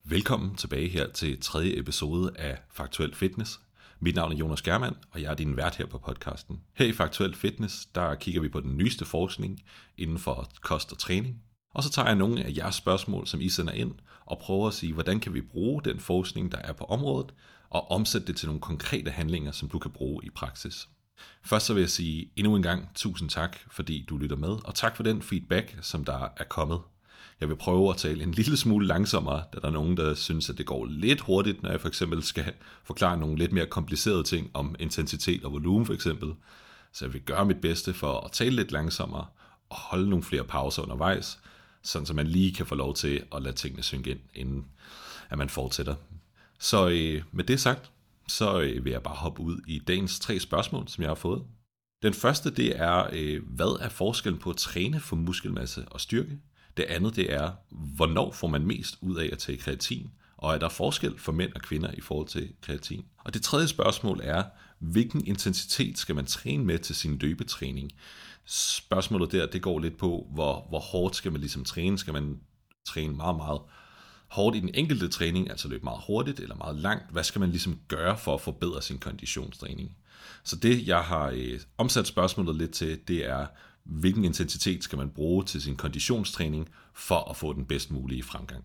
Velkommen tilbage her til tredje episode af Faktuel Fitness. Mit navn er Jonas Germann, og jeg er din vært her på podcasten. Her i Faktuel Fitness, der kigger vi på den nyeste forskning inden for kost og træning. Og så tager jeg nogle af jeres spørgsmål, som I sender ind, og prøver at sige, hvordan kan vi bruge den forskning, der er på området, og omsætte det til nogle konkrete handlinger, som du kan bruge i praksis. Først så vil jeg sige endnu en gang tusind tak, fordi du lytter med, og tak for den feedback, som der er kommet. Jeg vil prøve at tale en lille smule langsommere, da der er nogen, der synes, at det går lidt hurtigt, når jeg for eksempel skal forklare nogle lidt mere komplicerede ting om intensitet og volumen for eksempel. Så jeg vil gøre mit bedste for at tale lidt langsommere og holde nogle flere pauser undervejs, sådan så man lige kan få lov til at lade tingene synke ind, inden at man fortsætter. Så med det sagt, så vil jeg bare hoppe ud i dagens 3 spørgsmål, som jeg har fået. Den første, det er, hvad er forskellen på at træne for muskelmasse og styrke? Det andet, det er, hvornår får man mest ud af at tage kreatin? Og er der forskel for mænd og kvinder i forhold til kreatin? Og det tredje spørgsmål er, hvilken intensitet skal man træne med til sin løbetræning? Spørgsmålet der, det går lidt på, hvor hårdt skal man ligesom træne? Skal man træne meget, meget hårdt i den enkelte træning, altså løbe meget hurtigt eller meget langt? Hvad skal man ligesom gøre for at forbedre sin konditionstræning? Så det, jeg har omsat spørgsmålet lidt til, det er, hvilken intensitet skal man bruge til sin konditionstræning for at få den bedst mulige fremgang?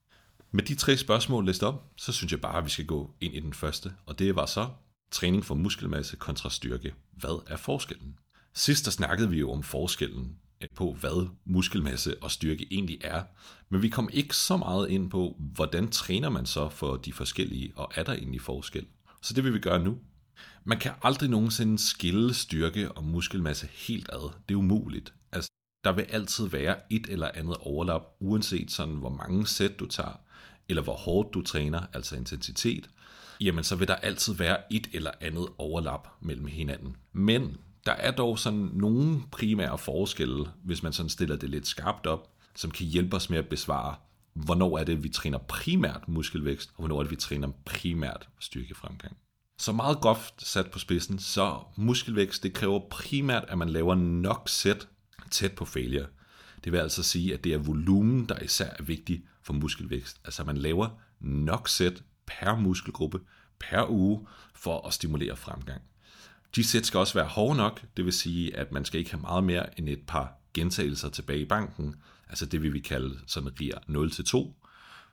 Med de 3 spørgsmål læst op, så synes jeg bare, at vi skal gå ind i den første, og det var så træning for muskelmasse kontra styrke. Hvad er forskellen? Sidst der snakkede vi jo om forskellen på, hvad muskelmasse og styrke egentlig er, men vi kom ikke så meget ind på, hvordan træner man så for de forskellige, og er der egentlig forskel? Så det vil vi gøre nu. Man kan aldrig nogensinde skille styrke og muskelmasse helt ad. Det er umuligt. Altså, der vil altid være et eller andet overlap, uanset sådan, hvor mange sæt du tager, eller hvor hårdt du træner, altså intensitet. Jamen, så vil der altid være et eller andet overlap mellem hinanden. Men der er dog sådan nogle primære forskelle, hvis man sådan stiller det lidt skarpt op, som kan hjælpe os med at besvare, hvornår er det, vi træner primært muskelvækst, og hvornår er det, vi træner primært styrkefremgang. Så meget groft sat på spidsen, så muskelvækst, det kræver primært, at man laver nok sæt tæt på failure. Det vil altså sige, at det er volumen, der især er vigtig for muskelvækst. Altså man laver nok sæt per muskelgruppe per uge for at stimulere fremgang. De sæt skal også være hårde nok, det vil sige, at man skal ikke have meget mere end et par gentagelser tilbage i banken. Altså det vil vi kalde sådan RIR 0-2,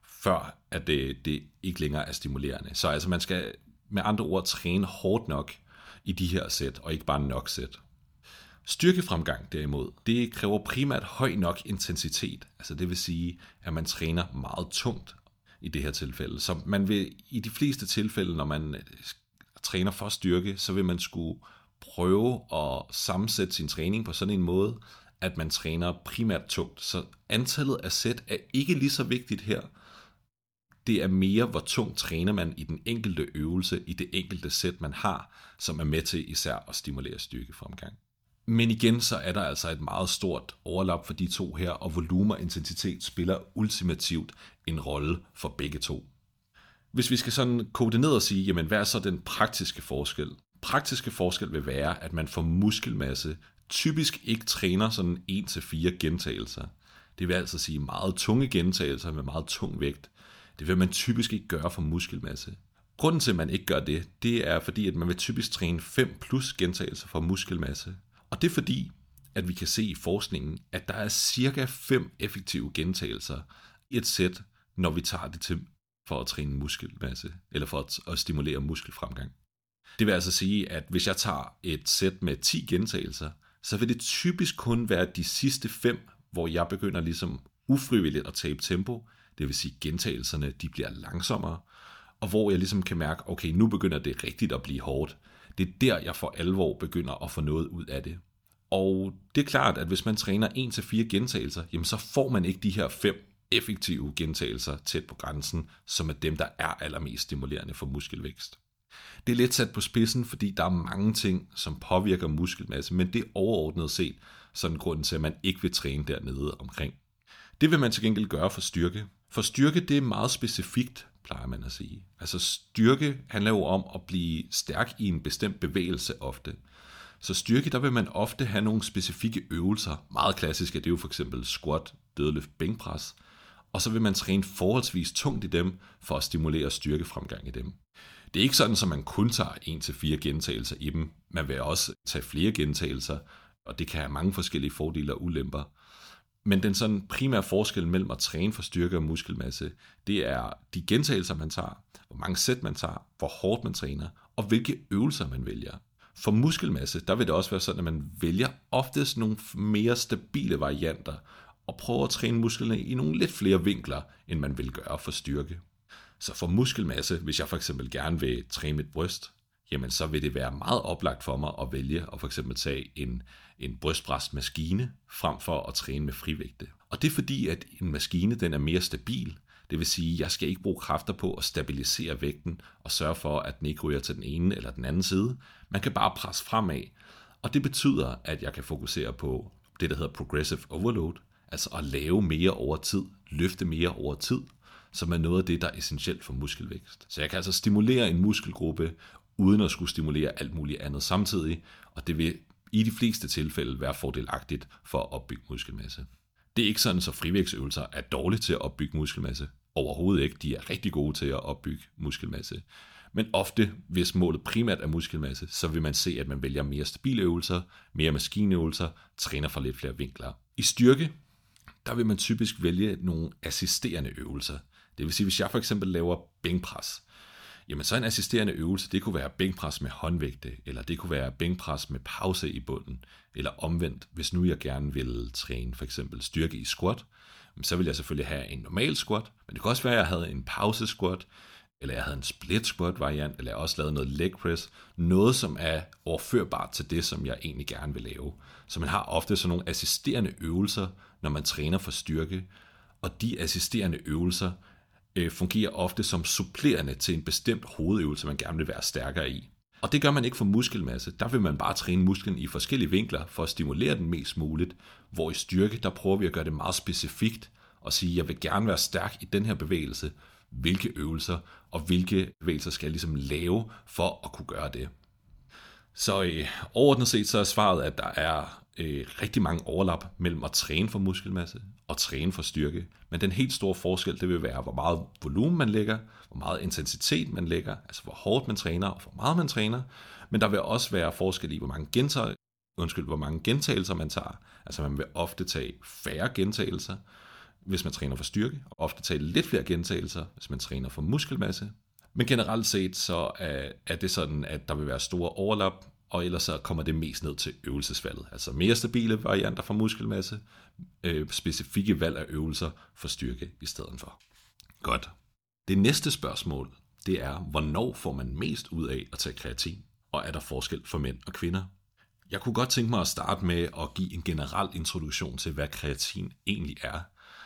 før at det ikke længere er stimulerende. Så altså man skal med andre ord træne hårdt nok i de her sæt, og ikke bare nok sæt. Styrkefremgang derimod, det kræver primært høj nok intensitet. Altså det vil sige, at man træner meget tungt i det her tilfælde. Så man vil i de fleste tilfælde, når man træner for styrke, så vil man skulle prøve at sammensætte sin træning på sådan en måde, at man træner primært tungt. Så antallet af sæt er ikke lige så vigtigt her. Det er mere, hvor tungt træner man i den enkelte øvelse, i det enkelte sæt, man har, som er med til især at stimulere styrkefremgang. Men igen, så er der altså et meget stort overlap for de to her, og volumen og intensitet spiller ultimativt en rolle for begge to. Hvis vi skal sådan kode ned og sige, jamen hvad er så den praktiske forskel? Praktiske forskel vil være, at man for muskelmasse typisk ikke træner sådan 1-4 gentagelser. Det vil altså sige meget tunge gentagelser med meget tung vægt. Det vil man typisk ikke gøre for muskelmasse. Grunden til, at man ikke gør det, det er fordi, at man vil typisk træne 5+ gentagelser for muskelmasse. Og det er fordi, at vi kan se i forskningen, at der er cirka 5 effektive gentagelser i et sæt, når vi tager det til for at træne muskelmasse, eller for at stimulere muskelfremgang. Det vil altså sige, at hvis jeg tager et sæt med 10 gentagelser, så vil det typisk kun være de sidste 5, hvor jeg begynder ligesom ufrivilligt at tabe tempo. Det vil sige, at gentagelserne de bliver langsommere, og hvor jeg ligesom kan mærke, okay, nu begynder det rigtigt at blive hårdt. Det er der, jeg for alvor begynder at få noget ud af det. Og det er klart, at hvis man træner 1-4 gentagelser, jamen så får man ikke de her 5 effektive gentagelser tæt på grænsen, som er dem, der er allermest stimulerende for muskelvækst. Det er lidt sat på spidsen, fordi der er mange ting, som påvirker muskelmasse, men det er overordnet set sådan grunden til, at man ikke vil træne dernede omkring. Det vil man til gengæld gøre for styrke. For styrke, det er meget specifikt, plejer man at sige. Altså styrke handler jo om at blive stærk i en bestemt bevægelse ofte. Så styrke, der vil man ofte have nogle specifikke øvelser. Meget klassiske, det er jo for eksempel squat, dødløft, bænkpres. og så vil man træne forholdsvis tungt i dem for at stimulere styrkefremgang i dem. Det er ikke sådan, at man kun tager 1-4 gentagelser i dem. Man vil også tage flere gentagelser, og det kan have mange forskellige fordele og ulemper. Men den sådan primære forskel mellem at træne for styrke og muskelmasse, det er de gentagelser, man tager, hvor mange sæt man tager, hvor hårdt man træner, og hvilke øvelser man vælger. For muskelmasse, der vil det også være sådan, at man vælger oftest nogle mere stabile varianter, og prøver at træne musklerne i nogle lidt flere vinkler, end man vil gøre for styrke. Så for muskelmasse, hvis jeg for eksempel gerne vil træne mit bryst, jamen så vil det være meget oplagt for mig at vælge at for eksempel tage en brystpresmaskine frem for at træne med frivægte. Og det er fordi, at en maskine den er mere stabil. Det vil sige, at jeg skal ikke bruge kræfter på at stabilisere vægten og sørge for, at den ikke ryger til den ene eller den anden side. Man kan bare presse fremad. Og det betyder, at jeg kan fokusere på det, der hedder progressive overload, altså at lave mere over tid, løfte mere over tid, som er noget af det, der er essentielt for muskelvækst. Så jeg kan altså stimulere en muskelgruppe, uden at skulle stimulere alt muligt andet samtidig, og det vil i de fleste tilfælde være fordelagtigt for at opbygge muskelmasse. Det er ikke sådan, så frivægtsøvelser er dårlige til at opbygge muskelmasse. Overhovedet ikke. De er rigtig gode til at opbygge muskelmasse. Men ofte, hvis målet primært er muskelmasse, så vil man se, at man vælger mere stabile øvelser, mere maskinøvelser, træner fra lidt flere vinkler. I styrke, der vil man typisk vælge nogle assisterende øvelser. Det vil sige, hvis jeg for eksempel laver bænkpres, jamen så en assisterende øvelse, det kunne være bænkpres med håndvægte, eller det kunne være bænkpres med pause i bunden, eller omvendt, hvis nu jeg gerne vil træne for eksempel styrke i squat, så vil jeg selvfølgelig have en normal squat, men det kan også være, at jeg havde en pause squat, eller jeg havde en split squat variant, eller jeg også lavede noget leg press, noget som er overførbart til det, som jeg egentlig gerne vil lave. Så man har ofte sådan nogle assisterende øvelser, når man træner for styrke, og de assisterende øvelser fungerer ofte som supplerende til en bestemt hovedøvelse, man gerne vil være stærkere i. Og det gør man ikke for muskelmasse. Der vil man bare træne musklen i forskellige vinkler for at stimulere den mest muligt. Hvor i styrke, der prøver vi at gøre det meget specifikt og sige, jeg vil gerne være stærk i den her bevægelse. Hvilke øvelser og hvilke bevægelser skal jeg ligesom lave for at kunne gøre det. Så overordnet set så er svaret, at der er rigtig mange overlap mellem at træne for muskelmasse og træne for styrke. Men den helt store forskel, det vil være, hvor meget volumen man lægger, hvor meget intensitet man lægger, altså hvor hårdt man træner og hvor meget man træner. Men der vil også være forskel i, hvor mange gentagelser man tager. Altså man vil ofte tage færre gentagelser, hvis man træner for styrke, og ofte tage lidt flere gentagelser, hvis man træner for muskelmasse. Men generelt set så er det sådan, at der vil være store overlap, og ellers så kommer det mest ned til øvelsesvalget. Altså mere stabile varianter for muskelmasse, specifikke valg af øvelser for styrke i stedet for. Godt. Det næste spørgsmål, det er, hvornår får man mest ud af at tage kreatin? Og er der forskel for mænd og kvinder? Jeg kunne godt tænke mig at starte med at give en generel introduktion til, hvad kreatin egentlig er.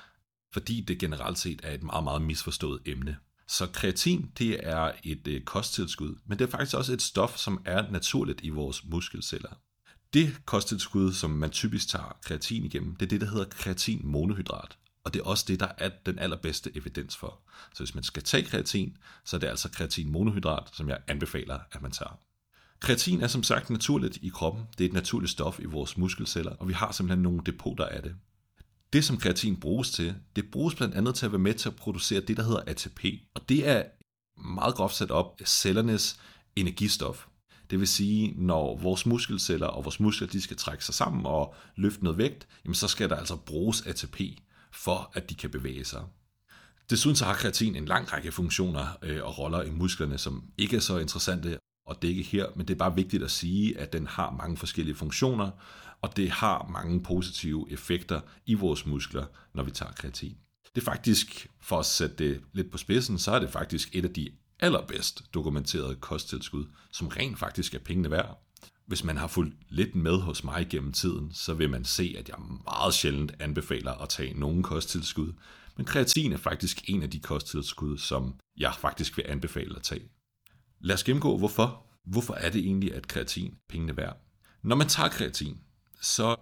Fordi det generelt set er et meget, meget misforstået emne. Så kreatin, det er et kosttilskud, men det er faktisk også et stof, som er naturligt i vores muskelceller. Det kosttilskud, som man typisk tager kreatin igennem, det er det, der hedder kreatinmonohydrat. Og det er også det, der er den allerbedste evidens for. Så hvis man skal tage kreatin, så er det altså kreatinmonohydrat, som jeg anbefaler, at man tager. Kreatin er som sagt naturligt i kroppen. Det er et naturligt stof i vores muskelceller, og vi har simpelthen nogle depoter af det. Det, som kreatin bruges til, det bruges blandt andet til at være med til at producere det, der hedder ATP. Og det er meget groft sat op af cellernes energistof. Det vil sige, når vores muskelceller og vores muskler, de skal trække sig sammen og løfte noget vægt, jamen så skal der altså bruges ATP, for at de kan bevæge sig. Desuden så har kreatin en lang række funktioner og roller i musklerne, som ikke er så interessante at dække her, men det er bare vigtigt at sige, at den har mange forskellige funktioner, og det har mange positive effekter i vores muskler, når vi tager kreatin. Det er faktisk, for at sætte det lidt på spidsen, så er det faktisk et af de allerbedst dokumenterede kosttilskud, som rent faktisk er pengene værd. Hvis man har fulgt lidt med hos mig gennem tiden, så vil man se, at jeg meget sjældent anbefaler at tage nogen kosttilskud. Men kreatin er faktisk en af de kosttilskud, som jeg faktisk vil anbefale at tage. Lad os gennemgå, hvorfor. Hvorfor er det egentlig, at kreatin er pengene værd? Når man tager kreatin, så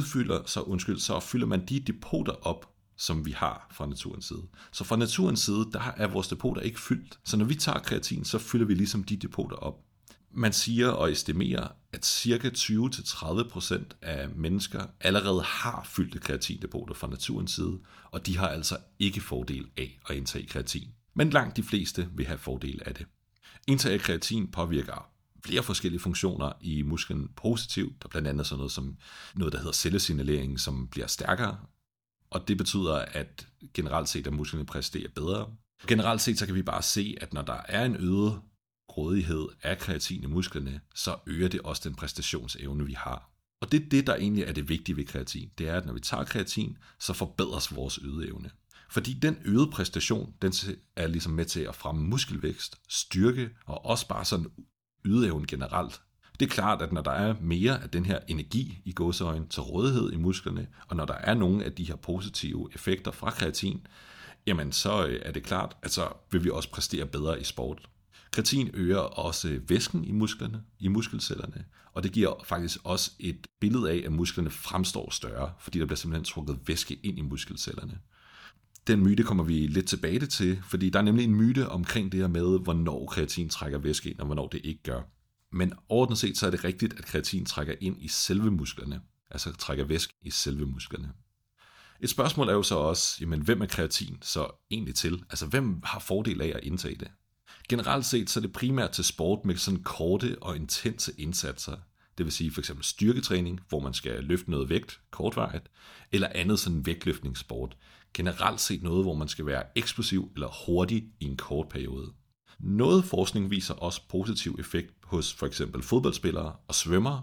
fylder man de depoter op, som vi har fra naturens side. Så fra naturens side, der er vores depoter ikke fyldt. Så når vi tager kreatin, så fylder vi ligesom de depoter op. Man siger og estimerer, at ca. 20-30% af mennesker allerede har fyldte kreatindepoter fra naturens side, og de har altså ikke fordel af at indtage kreatin. Men langt de fleste vil have fordel af det. Indtag af kreatin påvirker flere forskellige funktioner i musklen positivt. Der er blandt andet sådan noget som noget, der hedder cellesignalering, som bliver stærkere. Og det betyder, at generelt set, at musklerne præsterer bedre. Generelt set, så kan vi bare se, at når der er en øget grådighed af kreatin i musklerne, så øger det også den præstationsevne, vi har. Og det er det, der egentlig er det vigtige ved kreatin. Det er, at når vi tager kreatin, så forbedres vores ydeevne. Fordi den øgede præstation, den er ligesom med til at fremme muskelvækst, styrke og også bare sådan ydeevne generelt. Det er klart, at når der er mere af den her energi i gåseøjne til rådighed i musklerne, og når der er nogle af de her positive effekter fra kreatin, jamen så er det klart, at så vil vi også præstere bedre i sport. Kreatin øger også væsken i musklerne, i muskelcellerne, og det giver faktisk også et billede af, at musklerne fremstår større, fordi der bliver simpelthen trukket væske ind i muskelcellerne. Den myte kommer vi lidt tilbage til, fordi der er nemlig en myte omkring det her med, hvornår kreatin trækker væske ind, og hvornår det ikke gør. Men overordnet set, så er det rigtigt, at kreatin trækker ind i selve musklerne, altså trækker væske i selve musklerne. Et spørgsmål er jo så også, jamen, hvem er kreatin så egentlig til? Altså, hvem har fordel af at indtage det? Generelt set, så er det primært til sport med sådan korte og intense indsatser. Det vil sige for eksempel styrketræning, hvor man skal løfte noget vægt kortvarigt, eller andet sådan vægtløftningssport. Generelt set noget, hvor man skal være eksplosiv eller hurtig i en kort periode. Noget forskning viser også positiv effekt hos for eksempel fodboldspillere og svømmere,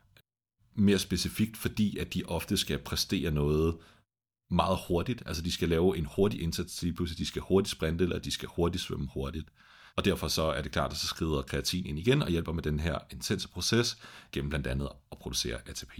mere specifikt fordi, at de ofte skal præstere noget meget hurtigt. Altså de skal lave en hurtig indsats, lige pludselig de skal hurtigt sprinte, eller de skal hurtigt svømme hurtigt. Og derfor så er det klart, at så skrider kreatin ind igen og hjælper med den her intense proces gennem blandt andet at producere ATP.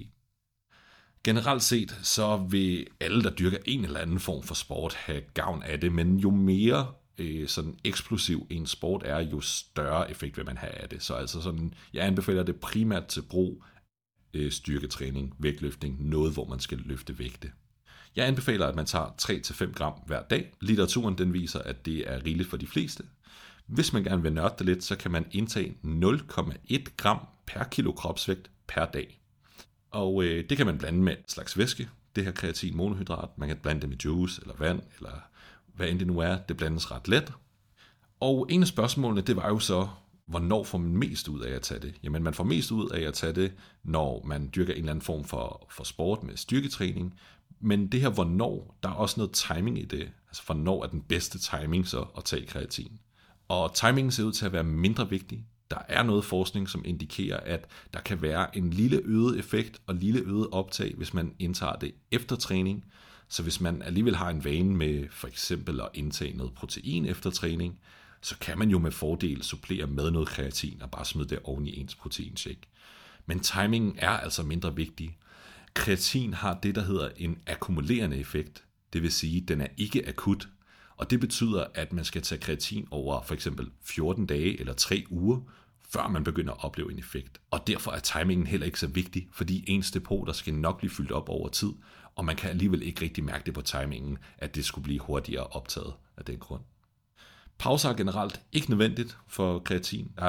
Generelt set så vil alle, der dyrker en eller anden form for sport, have gavn af det, men jo mere sådan eksplosiv en sport er, jo større effekt vil man have af det. Så altså sådan, jeg anbefaler det primært til brug styrketræning, vægtløftning, noget hvor man skal løfte vægte. Jeg anbefaler, at man tager 3-5 gram hver dag. Litteraturen den viser, at det er rigeligt for de fleste. Hvis man gerne vil nørde det lidt, så kan man indtage 0,1 gram per kilo kropsvægt per dag. Og det kan man blande med en slags væske. Det her kreatin monohydrat, man kan blande det med juice eller vand, eller hvad end det nu er. Det blandes ret let. Og en af spørgsmålene, det var jo så, hvornår får man mest ud af at tage det? Jamen man får mest ud af at tage det, når man dyrker en eller anden form for sport med styrketræning. Men det her hvornår, der er også noget timing i det. Altså hvornår er den bedste timing så at tage kreatin? Og timingen ser ud til at være mindre vigtig. Der er noget forskning, som indikerer, at der kan være en lille øget effekt og lille øget optag, hvis man indtager det efter træning. Så hvis man alligevel har en vane med for eksempel at indtage noget protein efter træning, så kan man jo med fordel supplere med noget kreatin og bare smide det oven i ens proteinshake. Men timingen er altså mindre vigtig. Kreatin har det, der hedder en akkumulerende effekt. Det vil sige, at den er ikke akut. Og det betyder, at man skal tage kreatin over for eksempel 14 dage eller 3 uger, før man begynder at opleve en effekt. Og derfor er timingen heller ikke så vigtig, fordi ens depoter skal nok blive fyldt op over tid, og man kan alligevel ikke rigtig mærke det på timingen, at det skulle blive hurtigere optaget af den grund. Pauser er generelt ikke nødvendigt for kreatin. Der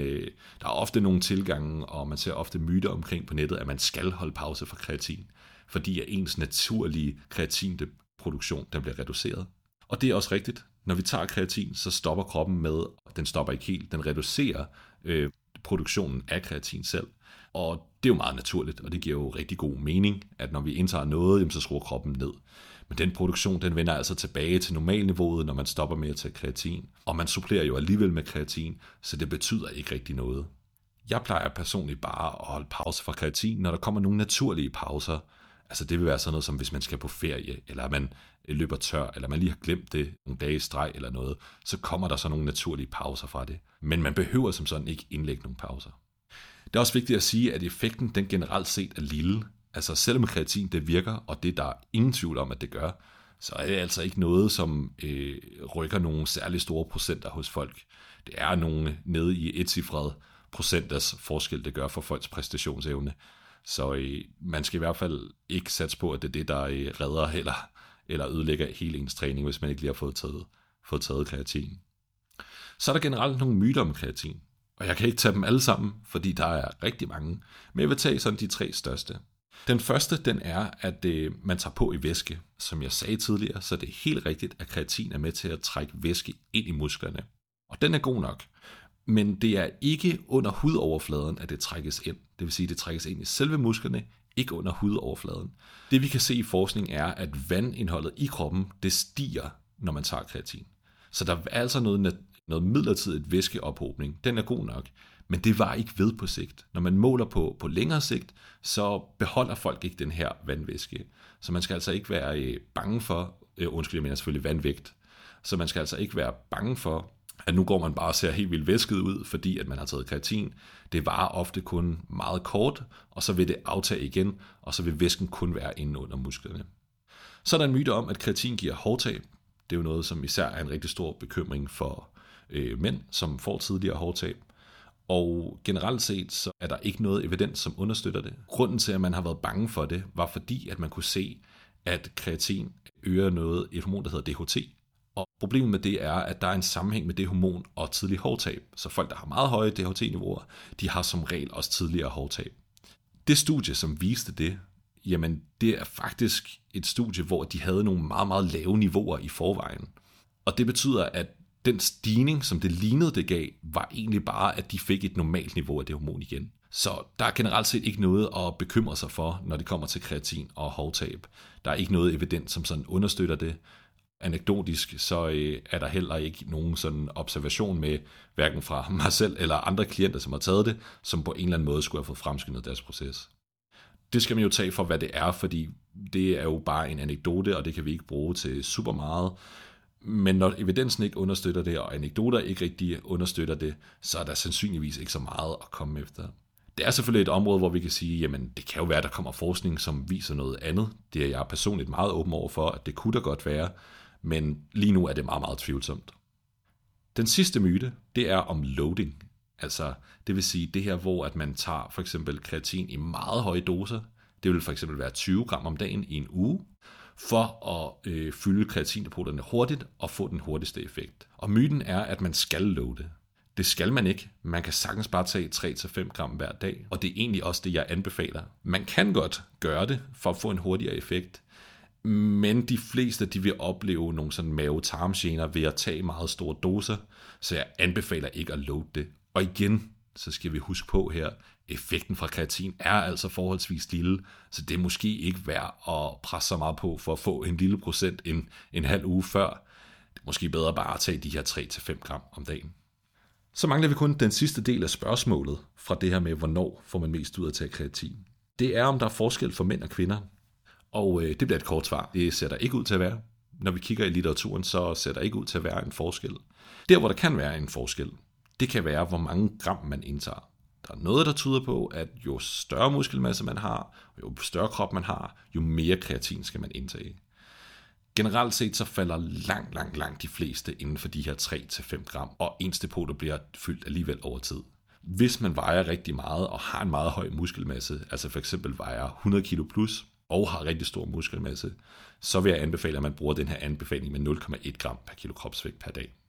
er ofte nogle tilgange, og man ser ofte myter omkring på nettet, at man skal holde pause for kreatin, fordi at ens naturlige kreatinproduktion der bliver reduceret. Og det er også rigtigt. Når vi tager kreatin, så stopper kroppen med, den stopper ikke helt, den reducerer produktionen af kreatin selv. Og det er jo meget naturligt, og det giver jo rigtig god mening, at når vi indtager noget, så skruer kroppen ned. Men den produktion, den vender altså tilbage til normalniveauet, når man stopper med at tage kreatin. Og man supplerer jo alligevel med kreatin, så det betyder ikke rigtig noget. Jeg plejer personligt bare at holde pause fra kreatin, når der kommer nogle naturlige pauser. Altså det vil være sådan noget som, hvis man skal på ferie, eller man løber tør, eller man lige har glemt det nogle dage i streg eller noget, så kommer der så nogle naturlige pauser fra det. Men man behøver som sådan ikke indlægge nogle pauser. Det er også vigtigt at sige, at effekten den generelt set er lille. Altså selvom kreatin det virker, og det der er ingen tvivl om, at det gør, så er det altså ikke noget, som rykker nogle særlig store procenter hos folk. Det er nogle nede i etcifret procenters forskel, det gør for folks præstationsevne. Så man skal i hvert fald ikke satse på, at det er det, der redder eller ødelægger hele ens træning, hvis man ikke lige har fået taget kreatin. Så er der generelt nogle myter om kreatin. Og jeg kan ikke tage dem alle sammen, fordi der er rigtig mange. Men jeg vil tage sådan de 3 største. Den første, den er, at man tager på i væske. Som jeg sagde tidligere, så det er helt rigtigt, at kreatin er med til at trække væske ind i musklerne. Og den er god nok. Men det er ikke under hudoverfladen, at det trækkes ind. Det vil sige, at det trækkes ind i selve musklerne, ikke under hudoverfladen. Det vi kan se i forskning er, at vandindholdet i kroppen, det stiger, når man tager kreatin. Så der er altså noget midlertidigt væskeophobning. Den er god nok, men det var ikke ved på sigt. Når man måler på længere sigt, så beholder folk ikke den her vandvæske. Så man skal altså ikke være bange for, jeg mener selvfølgelig vandvægt, så man skal altså ikke være bange for, at nu går man bare og ser helt vildt væsket ud, fordi at man har taget kreatin. Det varer ofte kun meget kort, og så vil det aftage igen, og så vil væsken kun være inde under musklerne. Så er der en myte om, at kreatin giver hårtab. Det er jo noget, som især er en rigtig stor bekymring for mænd, som får tidligere hårtab. Og generelt set, så er der ikke noget evidens, som understøtter det. Grunden til, at man har været bange for det, var fordi, at man kunne se, at kreatin øger et hormon, der hedder DHT. Og problemet med det er, at der er en sammenhæng med det hormon og tidlig hårtab. Så folk, der har meget høje DHT-niveauer, de har som regel også tidligere hårtab. Det studie, som viste det, jamen det er faktisk et studie, hvor de havde nogle meget, meget lave niveauer i forvejen. Og det betyder, at den stigning, som det lignede, det gav, var egentlig bare, at de fik et normalt niveau af det hormon igen. Så der er generelt set ikke noget at bekymre sig for, når det kommer til kreatin og hårtab. Der er ikke noget evidens, som sådan understøtter det. Anekdotisk, så er der heller ikke nogen sådan observation med, hverken fra mig selv eller andre klienter, som har taget det, som på en eller anden måde skulle have fået fremskyndet deres proces. Det skal man jo tage for, hvad det er, fordi det er jo bare en anekdote, og det kan vi ikke bruge til super meget. Men når evidensen ikke understøtter det, og anekdoter ikke rigtig understøtter det, så er der sandsynligvis ikke så meget at komme efter. Det er selvfølgelig et område, hvor vi kan sige, jamen det kan jo være, at der kommer forskning, som viser noget andet. Det er jeg personligt meget åben over for, at det kunne da godt være, men lige nu er det meget, meget tvivlsomt. Den sidste myte, det er om loading. Altså, det vil sige det her, hvor at man tager for eksempel kreatin i meget høje doser. Det vil for eksempel være 20 gram om dagen i en uge, for at fylde kreatindepoterne hurtigt og få den hurtigste effekt. Og myten er, at man skal loade. Det skal man ikke. Man kan sagtens bare tage 3-5 gram hver dag, og det er egentlig også det, jeg anbefaler. Man kan godt gøre det for at få en hurtigere effekt, men de fleste de vil opleve nogle sådan mave-tarmgener ved at tage meget store doser, så jeg anbefaler ikke at loade det. Og igen, så skal vi huske på her, effekten fra kreatin er altså forholdsvis lille, så det er måske ikke værd at presse så meget på for at få en lille procent en halv uge før. Det er måske bedre bare at tage de her 3-5 gram om dagen. Så mangler vi kun den sidste del af spørgsmålet fra det her med, hvornår får man mest ud af at tage kreatin. Det er, om der er forskel for mænd og kvinder. Og det bliver et kort svar. Det ser der ikke ud til at være. Når vi kigger i litteraturen, så ser der ikke ud til at være en forskel. Der, hvor der kan være en forskel, det kan være, hvor mange gram man indtager. Der er noget, der tyder på, at jo større muskelmasse man har, og jo større krop man har, jo mere kreatin skal man indtage. Generelt set så falder langt de fleste inden for de her 3-5 gram, og ens depoter bliver fyldt alligevel over tid. Hvis man vejer rigtig meget og har en meget høj muskelmasse, altså for eksempel vejer 100 kg plus, og har rigtig stor muskelmasse, så vil jeg anbefale, at man bruger den her anbefaling med 0,1 gram per kilo kropsvægt per dag.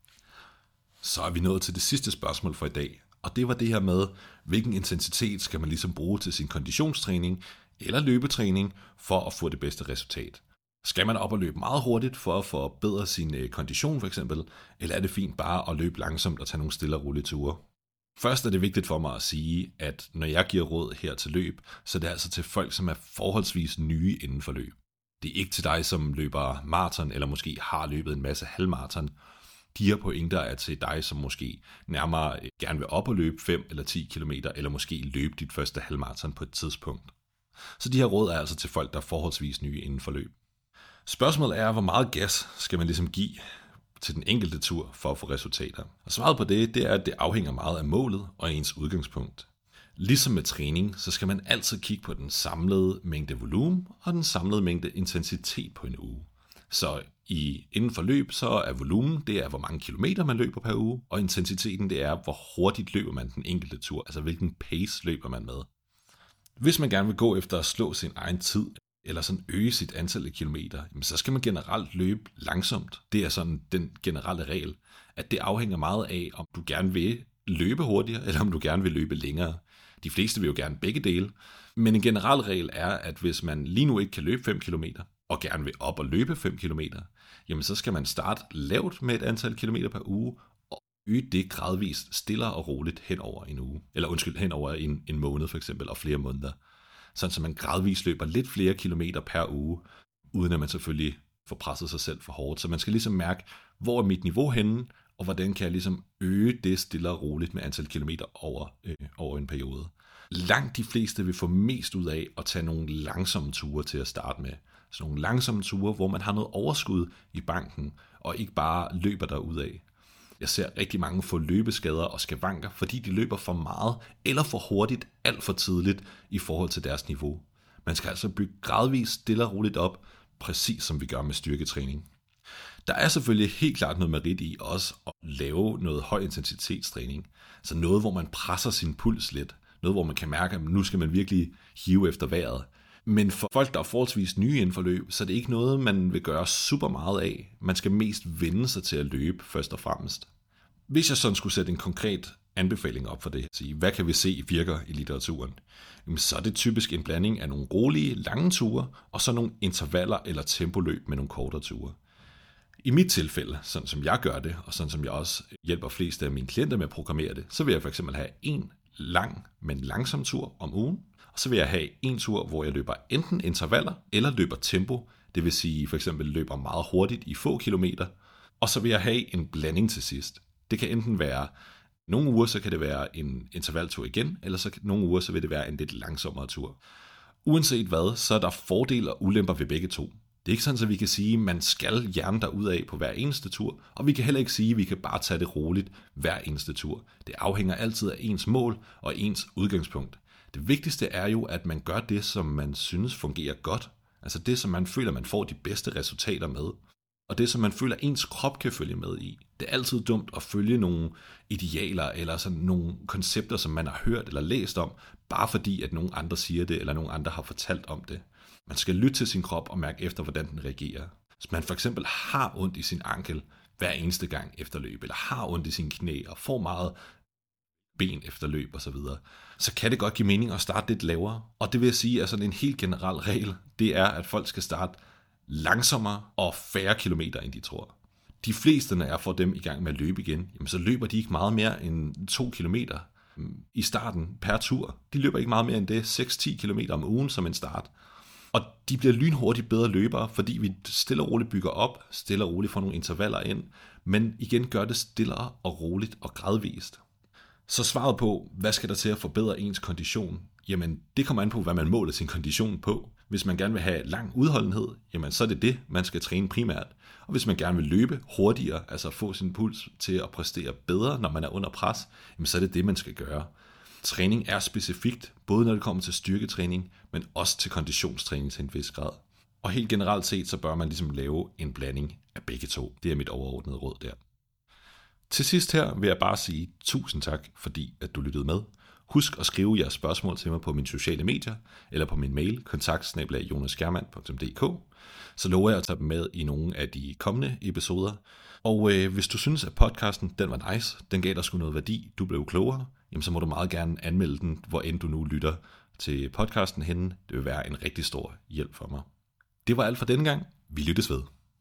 Så er vi nået til det sidste spørgsmål for i dag, og det var det her med, hvilken intensitet skal man ligesom bruge til sin konditionstræning eller løbetræning for at få det bedste resultat. Skal man op og løbe meget hurtigt for at forbedre sin kondition for eksempel, eller er det fint bare at løbe langsomt og tage nogle stille og rolige ture? Først er det vigtigt for mig at sige, at når jeg giver råd her til løb, så er det altså til folk, som er forholdsvis nye inden for løb. Det er ikke til dig, som løber maraton eller måske har løbet en masse halvmaraton. De her pointer er til dig, som måske nærmere gerne vil op og løbe 5 eller 10 km, eller måske løbe dit første halvmaraton på et tidspunkt. Så de her råd er altså til folk, der er forholdsvis nye inden for løb. Spørgsmålet er, hvor meget gas skal man ligesom give til den enkelte tur for at få resultater. Og svaret på det er, at det afhænger meget af målet og ens udgangspunkt. Ligesom med træning, så skal man altid kigge på den samlede mængde volumen og den samlede mængde intensitet på en uge. Så inden for løb, så er volumen, det er hvor mange kilometer man løber per uge, og intensiteten, det er hvor hurtigt løber man den enkelte tur, altså hvilken pace løber man med. Hvis man gerne vil gå efter at slå sin egen tid, eller sådan øge sit antal af kilometer, så skal man generelt løbe langsomt. Det er sådan den generelle regel, at det afhænger meget af, om du gerne vil løbe hurtigere, eller om du gerne vil løbe længere. De fleste vil jo gerne begge dele, men en generel regel er, at hvis man lige nu ikke kan løbe 5 km, og gerne vil op og løbe 5 km, jamen så skal man starte lavt med et antal kilometer per uge, og øge det gradvist stille og roligt hen over en uge, eller hen over en måned for eksempel, og flere måneder. Sådan så man gradvist løber lidt flere kilometer per uge, uden at man selvfølgelig får presset sig selv for hårdt. Så man skal ligesom mærke, hvor er mit niveau henne, og hvordan kan jeg ligesom øge det stille og roligt med antal kilometer over en periode. Langt de fleste vil få mest ud af at tage nogle langsomme ture til at starte med. Så nogle langsomme ture, hvor man har noget overskud i banken, og ikke bare løber derudad. Jeg ser rigtig mange få løbeskader og skavanker, fordi de løber for meget eller for hurtigt, alt for tidligt i forhold til deres niveau. Man skal altså bygge gradvist stille og roligt op, præcis som vi gør med styrketræning. Der er selvfølgelig helt klart noget merit i også at lave noget høj intensitetstræning. Så noget, hvor man presser sin puls lidt. Noget, hvor man kan mærke, at nu skal man virkelig hive efter vejret. Men for folk, der er forholdsvis nye inden for løb, så er det ikke noget, man vil gøre super meget af. Man skal mest vende sig til at løbe først og fremmest. Hvis jeg sådan skulle sætte en konkret anbefaling op for det, sige, hvad kan vi se virker i litteraturen, så er det typisk en blanding af nogle rolige, lange ture, og så nogle intervaller eller tempoløb med nogle kortere ture. I mit tilfælde, sådan som jeg gør det, og sådan som jeg også hjælper flest af mine klienter med at programmere det, så vil jeg for eksempel have en lang, men langsom tur om ugen, og så vil jeg have en tur, hvor jeg løber enten intervaller eller løber tempo, det vil sige for eksempel løber meget hurtigt i få kilometer, og så vil jeg have en blanding til sidst. Det kan enten være, nogle uger så kan det være en intervaltur igen, eller så nogle uger så vil det være en lidt langsommere tur. Uanset hvad, så er der fordele og ulemper ved begge to. Det er ikke sådan, at vi kan sige, at man skal hjerne derudad på hver eneste tur, og vi kan heller ikke sige, at vi kan bare tage det roligt hver eneste tur. Det afhænger altid af ens mål og ens udgangspunkt. Det vigtigste er jo, at man gør det, som man synes fungerer godt. Altså det, som man føler, man får de bedste resultater med. Og det, som man føler, ens krop kan følge med i. Det er altid dumt at følge nogle idealer eller sådan nogle koncepter, som man har hørt eller læst om, bare fordi, at nogle andre siger det, eller nogle andre har fortalt om det. Man skal lytte til sin krop og mærke efter, hvordan den reagerer. Hvis man for eksempel har ondt i sin ankel hver eneste gang efter løb, eller har ondt i sine knæ og får meget ben efter løb osv., så kan det godt give mening at starte lidt lavere. Og det vil jeg sige, at sådan en helt generel regel, det er, at folk skal starte langsommere og færre kilometer, end de tror. De fleste, når jeg får dem i gang med at løbe igen, jamen så løber de ikke meget mere end 2 kilometer i starten per tur. De løber ikke meget mere end det, 6-10 kilometer om ugen som en start. Og de bliver lynhurtigt bedre løbere, fordi vi stille og roligt bygger op, stille og roligt får nogle intervaller ind, men igen gør det stillere og roligt og gradvist. Så svaret på, hvad skal der til at forbedre ens kondition? Jamen, det kommer an på, hvad man måler sin kondition på. Hvis man gerne vil have lang udholdenhed, jamen så er det, man skal træne primært. Og hvis man gerne vil løbe hurtigere, altså få sin puls til at præstere bedre, når man er under pres, jamen så er det, man skal gøre. Træning er specifikt, både når det kommer til styrketræning, men også til konditionstræning til en vis grad. Og helt generelt set, så bør man ligesom lave en blanding af begge to. Det er mit overordnede råd der. Til sidst her vil jeg bare sige tusind tak, fordi at du lyttede med. Husk at skrive jeres spørgsmål til mig på mine sociale medier, eller på min mail, kontakt@jonasgermand.dk. Så lover jeg at tage dem med i nogle af de kommende episoder. Og hvis du synes, at podcasten den var nice, den gav dig sgu noget værdi, du blev klogere, jamen så må du meget gerne anmelde den, hvor end du nu lytter til podcasten henne. Det vil være en rigtig stor hjælp for mig. Det var alt for denne gang. Vi lyttes ved.